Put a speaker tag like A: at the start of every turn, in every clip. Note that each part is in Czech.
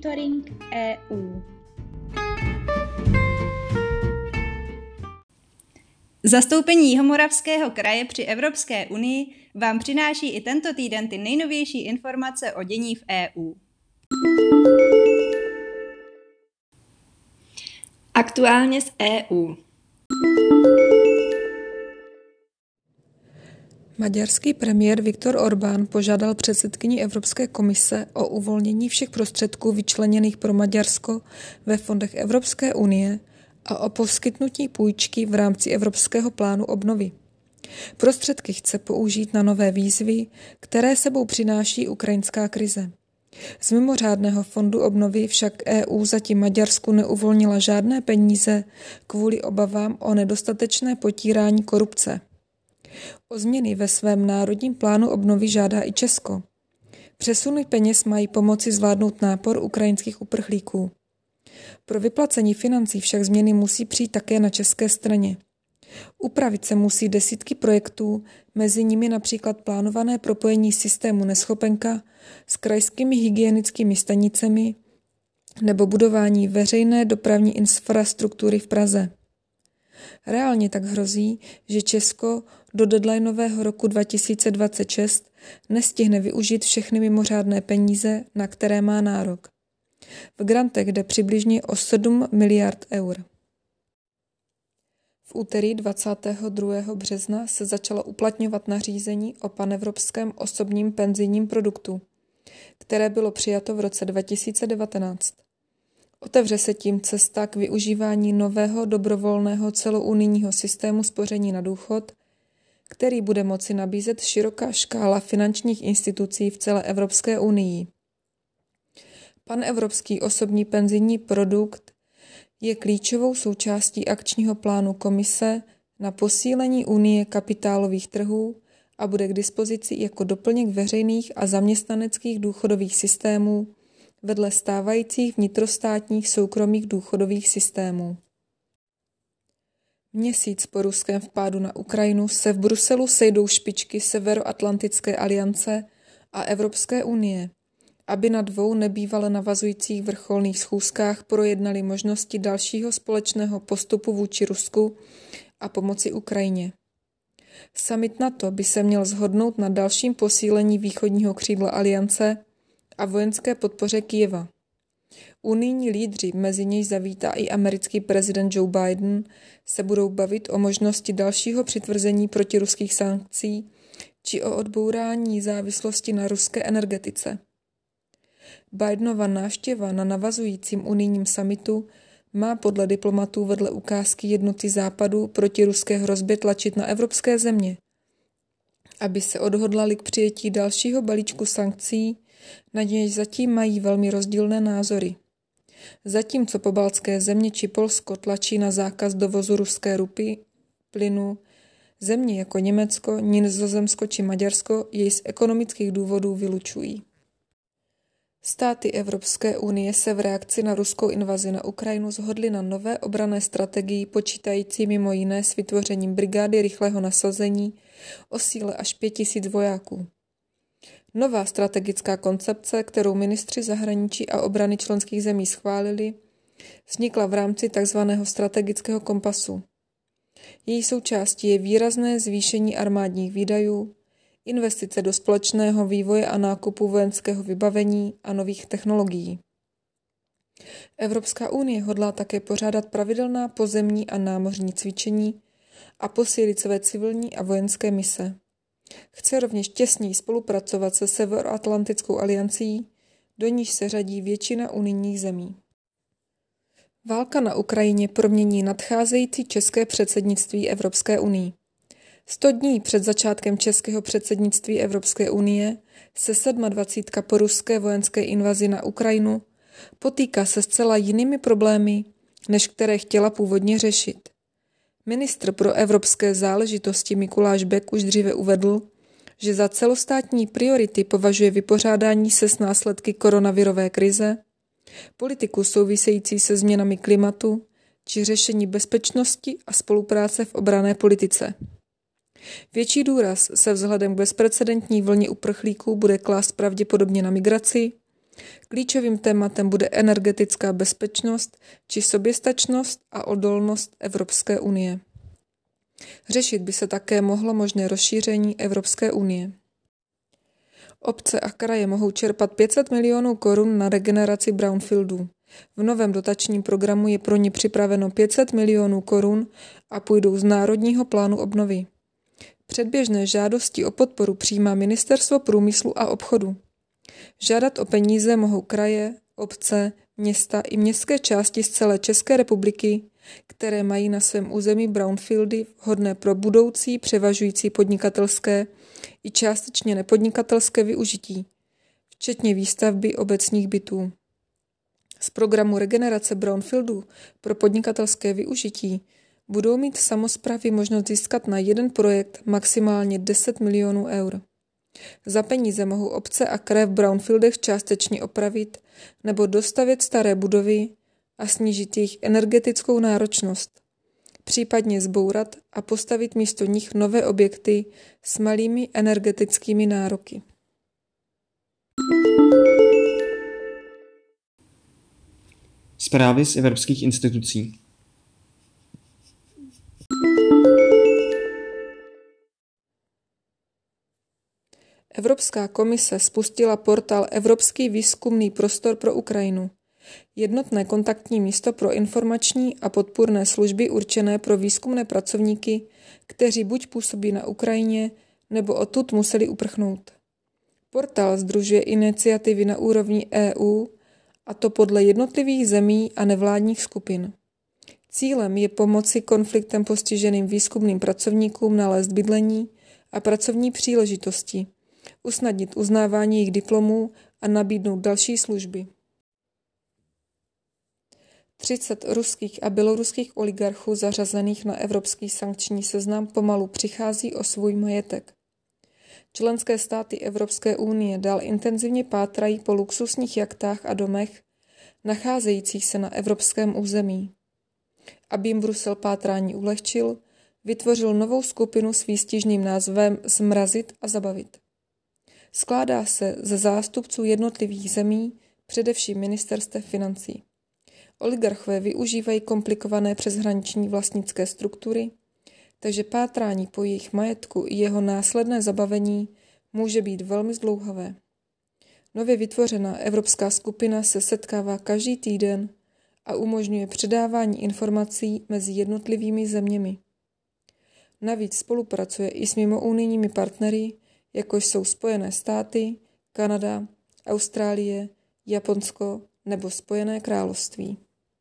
A: Monitoring EU. Zastoupení Jihomoravského kraje při Evropské unii vám přináší i tento týden ty nejnovější informace o dění v EU.
B: Aktuálně z EU.
C: Maďarský premiér Viktor Orbán požádal předsedkyni Evropské komise o uvolnění všech prostředků vyčleněných pro Maďarsko ve fondech Evropské unie a o poskytnutí půjčky v rámci Evropského plánu obnovy. Prostředky chce použít na nové výzvy, které sebou přináší ukrajinská krize. Z mimořádného fondu obnovy však EU zatím Maďarsku neuvolnila žádné peníze kvůli obavám o nedostatečné potírání korupce. O změny ve svém národním plánu obnovy žádá i Česko. Přesuny peněz mají pomoci zvládnout nápor ukrajinských uprchlíků. Pro vyplacení financí však změny musí přijít také na české straně. Upravit se musí desítky projektů, mezi nimi například plánované propojení systému Neschopenka s krajskými hygienickými stanicemi nebo budování veřejné dopravní infrastruktury v Praze. Reálně tak hrozí, že Česko do deadlineového roku 2026 nestihne využít všechny mimořádné peníze, na které má nárok. V grantech jde přibližně o 7 miliard eur. V úterý 22. března se začalo uplatňovat nařízení o panevropském osobním penzijním produktu, které bylo přijato v roce 2019. Otevře se tím cesta k využívání nového dobrovolného celounijního systému spoření na důchod, který bude moci nabízet široká škála finančních institucí v celé Evropské unii. Panevropský osobní penzijní produkt je klíčovou součástí akčního plánu Komise na posílení unie kapitálových trhů a bude k dispozici jako doplněk veřejných a zaměstnaneckých důchodových systémů vedle stávajících vnitrostátních soukromých důchodových systémů. Měsíc po ruském vpádu na Ukrajinu se v Bruselu sejdou špičky Severoatlantické aliance a Evropské unie, aby na dvou nebývale navazujících vrcholných schůzkách projednali možnosti dalšího společného postupu vůči Rusku a pomoci Ukrajině. Summit NATO by se měl shodnout na dalším posílení východního křídla aliance a vojenské podpoře Kyjeva. Unijní lídři, mezi nějž zavítá i americký prezident Joe Biden, se budou bavit o možnosti dalšího přitvrzení protiruských sankcí či o odbourání závislosti na ruské energetice. Bidenova návštěva na navazujícím unijním summitu má podle diplomatů vedle ukázky jednoty Západu proti ruské hrozbě tlačit na evropské země, aby se odhodlali k přijetí dalšího balíčku sankcí, na něž zatím mají velmi rozdílné názory. Zatímco pobaltské země či Polsko tlačí na zákaz dovozu ruské ropy, plynu, země jako Německo, Nizozemsko či Maďarsko jej z ekonomických důvodů vylučují. Státy Evropské unie se v reakci na ruskou invazi na Ukrajinu shodly na nové obranné strategii počítající mimo jiné s vytvořením brigády rychlého nasazení o síle až 5 000 vojáků. Nová strategická koncepce, kterou ministři zahraničí a obrany členských zemí schválili, vznikla v rámci tzv. Strategického kompasu. Její součástí je výrazné zvýšení armádních výdajů, investice do společného vývoje a nákupu vojenského vybavení a nových technologií. Evropská unie hodlá také pořádat pravidelná pozemní a námořní cvičení a posílit své civilní a vojenské mise. Chce rovněž těsněji spolupracovat se Severoatlantickou aliancí, do níž se řadí většina unijních zemí. Válka na Ukrajině promění nadcházející české předsednictví Evropské unii. 100 dní před začátkem českého předsednictví Evropské unie se 27. po ruské vojenské invazi na Ukrajinu potýká se zcela jinými problémy, než které chtěla původně řešit. Ministr pro evropské záležitosti Mikuláš Bek už dříve uvedl, že za celostátní priority považuje vypořádání se s následky koronavirové krize, politiku související se změnami klimatu či řešení bezpečnosti a spolupráce v obranné politice. Větší důraz se vzhledem k bezprecedentní vlně uprchlíků bude klást pravděpodobně na migraci, Klíčovým tématem bude energetická bezpečnost či soběstačnost a odolnost Evropské unie. Řešit by se také mohlo možné rozšíření Evropské unie. Obce a kraje mohou čerpat 500 milionů korun na regeneraci brownfieldů. V novém dotačním programu je pro ně připraveno 500 milionů korun a půjdou z Národního plánu obnovy. Předběžné žádosti o podporu přijímá Ministerstvo průmyslu a obchodu. Žádat o peníze mohou kraje, obce, města i městské části z celé České republiky, které mají na svém území brownfieldy vhodné pro budoucí převažující podnikatelské i částečně nepodnikatelské využití, včetně výstavby obecních bytů. Z programu regenerace brownfieldů pro podnikatelské využití budou mít samosprávy možnost získat na jeden projekt maximálně 10 milionů eur. Za peníze mohou obce a kraje v brownfieldech částečně opravit nebo dostavět staré budovy a snížit jejich energetickou náročnost, případně zbourat a postavit místo nich nové objekty s malými energetickými nároky.
D: Zprávy z evropských institucí.
C: Evropská komise spustila portál Evropský výzkumný prostor pro Ukrajinu, jednotné kontaktní místo pro informační a podpůrné služby určené pro výzkumné pracovníky, kteří buď působí na Ukrajině, nebo odtud museli uprchnout. Portál sdružuje iniciativy na úrovni EU, a to podle jednotlivých zemí a nevládních skupin. Cílem je pomoci konfliktem postiženým výzkumným pracovníkům nalézt bydlení a pracovní příležitosti, usnadnit uznávání jejich diplomů a nabídnout další služby. 30 ruských a běloruských oligarchů zařazených na evropský sankční seznam pomalu přichází o svůj majetek. Členské státy Evropské unie dál intenzivně pátrají po luxusních jachtách a domech, nacházejících se na evropském území. Aby jim Brusel pátrání ulehčil, vytvořil novou skupinu s výstižným názvem Zmrazit a zabavit. Skládá se ze zástupců jednotlivých zemí, především ministerstev financí. Oligarchové využívají komplikované přeshraniční vlastnické struktury, takže pátrání po jejich majetku i jeho následné zabavení může být velmi zdlouhavé. Nově vytvořená evropská skupina se setkává každý týden a umožňuje předávání informací mezi jednotlivými zeměmi. Navíc spolupracuje i s mimounijními partnery, jako jsou Spojené státy, Kanada, Austrálie, Japonsko nebo Spojené království.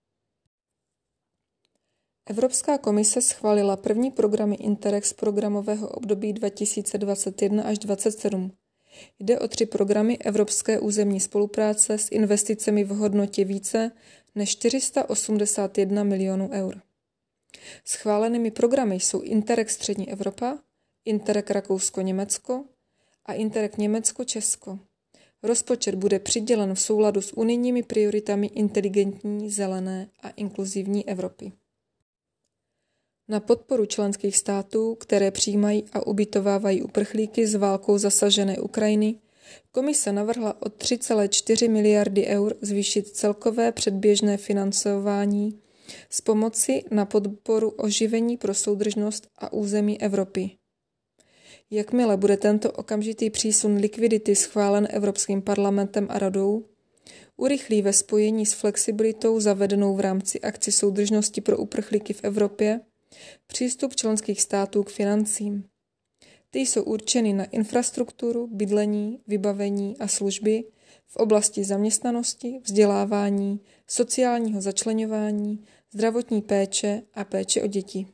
C: Evropská komise schválila první programy Interreg z programového období 2021 až 2027. Jde o 3 programy evropské územní spolupráce s investicemi v hodnotě více než 481 milionů eur. Schválenými programy jsou Interreg Střední Evropa, Interreg Rakousko-Německo a Interreg Německo-Česko. Rozpočet bude přidělen v souladu s unijními prioritami inteligentní, zelené a inkluzivní Evropy. Na podporu členských států, které přijímají a ubytovávají uprchlíky z válkou zasažené Ukrajiny, komise navrhla o 3,4 miliardy eur zvýšit celkové předběžné financování s pomoci na podporu oživení pro soudržnost a území Evropy. Jakmile bude tento okamžitý přísun likvidity schválen Evropským parlamentem a radou, urychlí ve spojení s flexibilitou zavedenou v rámci akci soudržnosti pro uprchlíky v Evropě přístup členských států k financím. Ty jsou určeny na infrastrukturu, bydlení, vybavení a služby v oblasti zaměstnanosti, vzdělávání, sociálního začleňování, zdravotní péče a péče o děti.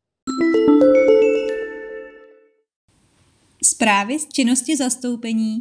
A: Zprávy z činnosti zastoupení.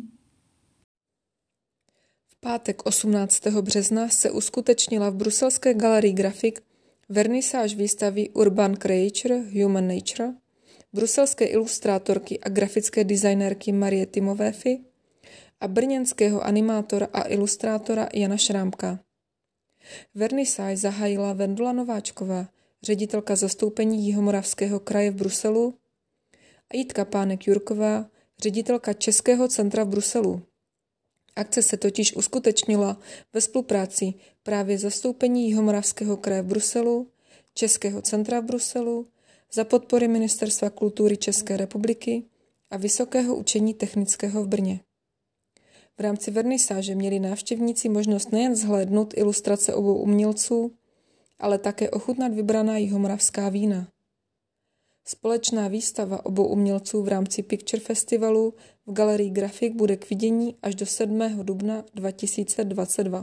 C: V pátek 18. března se uskutečnila v bruselské galerii Grafik vernisáž výstavy Urban Creature Human Nature bruselské ilustrátorky a grafické designérky Marie Timovéfy a brněnského animátora a ilustrátora Jana Šrámka. Vernisáž zahájila Vendula Nováčková, ředitelka zastoupení Jihomoravského kraje v Bruselu, a Jitka Pánek-Jurková, ředitelka Českého centra v Bruselu, Akce se totiž uskutečnila ve spolupráci právě zastoupení Jihomoravského kraje v Bruselu, Českého centra v Bruselu, za podpory Ministerstva kultury České republiky a Vysokého učení technického v Brně. V rámci vernisáže měli návštěvníci možnost nejen zhlédnout ilustrace obou umělců, ale také ochutnat vybraná jihomoravská vína. Společná výstava obou umělců v rámci Picture Festivalu v galerii Grafik bude k vidění až do 7. dubna 2022.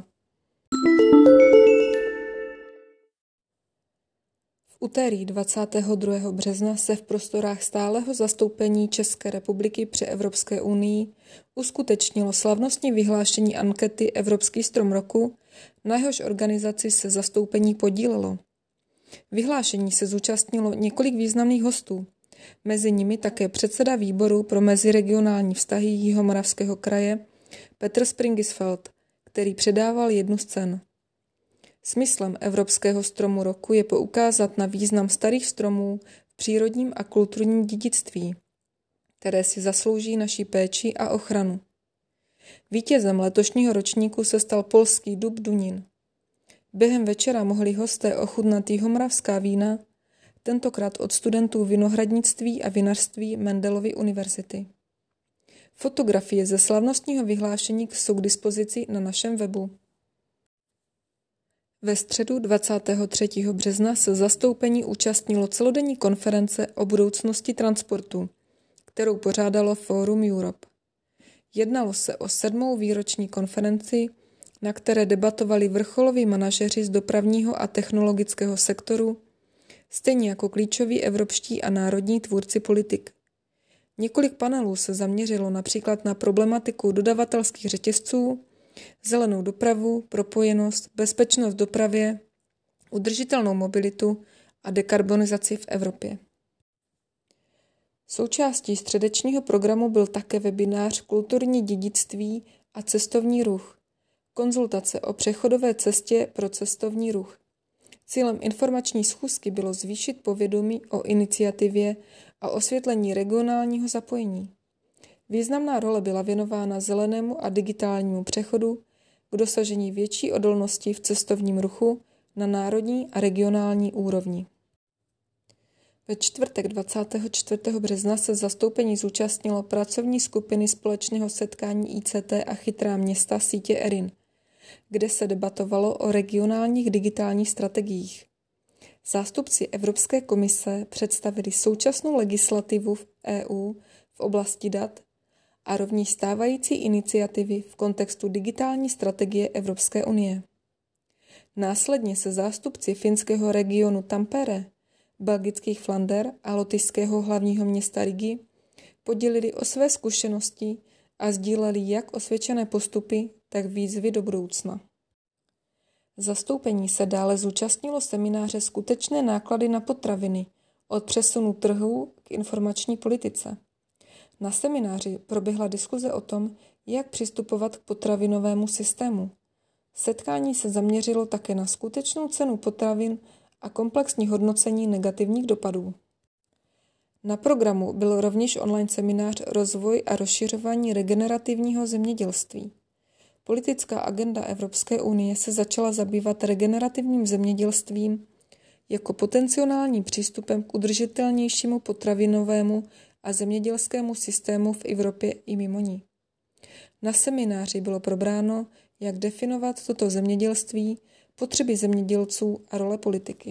C: V úterý 22. března se v prostorách stálého zastoupení České republiky při Evropské unii uskutečnilo slavnostní vyhlášení ankety Evropský strom roku, na jehož organizaci se zastoupení podílelo. Vyhlášení se zúčastnilo několik významných hostů, mezi nimi také předseda výboru pro meziregionální vztahy Jihomoravského kraje Petr Springisfeld, který předával jednu z cen. Smyslem Evropského stromu roku je poukázat na význam starých stromů v přírodním a kulturním dědictví, které si zaslouží naši péči a ochranu. Vítězem letošního ročníku se stal polský dub Dunin. Během večera mohli hosté ochutnat jihomoravská vína, tentokrát od studentů vinohradnictví a vinařství Mendelovy univerzity. Fotografie ze slavnostního vyhlášení jsou k dispozici na našem webu. Ve středu 23. března se zastoupení účastnilo celodenní konference o budoucnosti transportu, kterou pořádalo Forum Europe. Jednalo se o 7. výroční konferenci, na které debatovali vrcholoví manažeři z dopravního a technologického sektoru, stejně jako klíčoví evropští a národní tvůrci politik. Několik panelů se zaměřilo například na problematiku dodavatelských řetězců, zelenou dopravu, propojenost, bezpečnost v dopravě, udržitelnou mobilitu a dekarbonizaci v Evropě. Součástí středečního programu byl také webinář Kulturní dědictví a cestovní ruch, konzultace o přechodové cestě pro cestovní ruch. Cílem informační schůzky bylo zvýšit povědomí o iniciativě a osvětlení regionálního zapojení. Významná role byla věnována zelenému a digitálnímu přechodu k dosažení větší odolnosti v cestovním ruchu na národní a regionální úrovni. Ve čtvrtek 24. března se zastoupení zúčastnilo pracovní skupiny společného setkání ICT a chytrá města sítě ERIN, kde se debatovalo o regionálních digitálních strategiích. Zástupci Evropské komise představili současnou legislativu v EU v oblasti dat a rovněž stávající iniciativy v kontextu digitální strategie Evropské unie. Následně se zástupci finského regionu Tampere, belgických Flander a lotyšského hlavního města Rigi podělili o své zkušenosti a sdíleli jak osvědčené postupy, tak výzvy do budoucna. Zastoupení se dále zúčastnilo semináře Skutečné náklady na potraviny od přesunu trhů k informační politice. Na semináři proběhla diskuze o tom, jak přistupovat k potravinovému systému. Setkání se zaměřilo také na skutečnou cenu potravin a komplexní hodnocení negativních dopadů. Na programu byl rovněž online seminář Rozvoj a rozšiřování regenerativního zemědělství. Politická agenda Evropské unie se začala zabývat regenerativním zemědělstvím jako potenciálním přístupem k udržitelnějšímu potravinovému a zemědělskému systému v Evropě i mimo ní. Na semináři bylo probráno, jak definovat toto zemědělství, potřeby zemědělců a role politiky.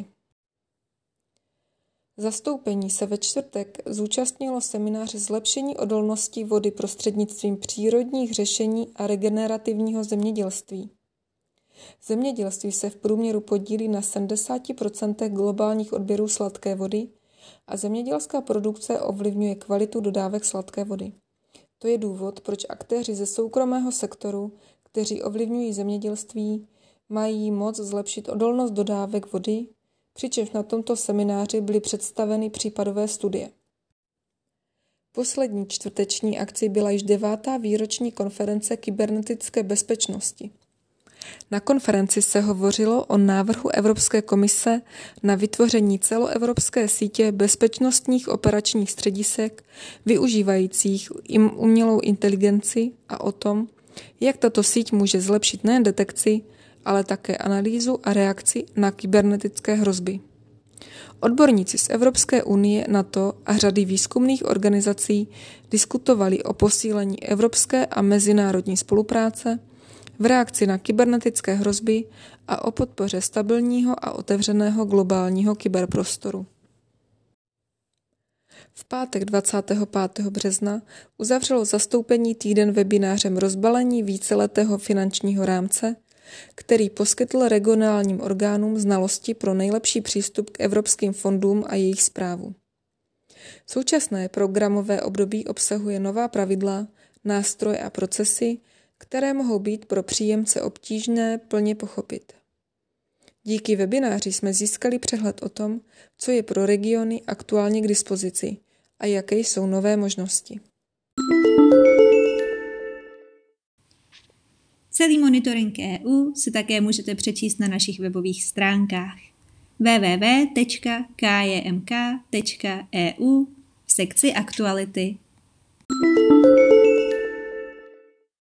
C: Zastoupení se ve čtvrtek zúčastnilo semináře Zlepšení odolnosti vody prostřednictvím přírodních řešení a regenerativního zemědělství. Zemědělství se v průměru podílí na 70% globálních odběrů sladké vody a zemědělská produkce ovlivňuje kvalitu dodávek sladké vody. To je důvod, proč aktéři ze soukromého sektoru, kteří ovlivňují zemědělství, mají moc zlepšit odolnost dodávek vody, přičemž na tomto semináři byly představeny případové studie. Poslední čtvrteční akcí byla již 9. výroční konference kybernetické bezpečnosti. Na konferenci se hovořilo o návrhu Evropské komise na vytvoření celoevropské sítě bezpečnostních operačních středisek využívajících umělou inteligenci a o tom, Jak tato síť může zlepšit nejen detekci, ale také analýzu a reakci na kybernetické hrozby. Odborníci z Evropské unie, NATO a řady výzkumných organizací diskutovali o posílení evropské a mezinárodní spolupráce v reakci na kybernetické hrozby a o podpoře stabilního a otevřeného globálního kyberprostoru. V pátek 25. března uzavřelo zastoupení týden webinářem rozbalení víceletého finančního rámce, který poskytl regionálním orgánům znalosti pro nejlepší přístup k evropským fondům a jejich správu. Současné programové období obsahuje nová pravidla, nástroje a procesy, které mohou být pro příjemce obtížné plně pochopit. Díky webináři jsme získali přehled o tom, co je pro regiony aktuálně k dispozici a jaké jsou nové možnosti.
A: Celý monitoring EU si také můžete přečíst na našich webových stránkách www.kjmk.eu v sekci Aktuality.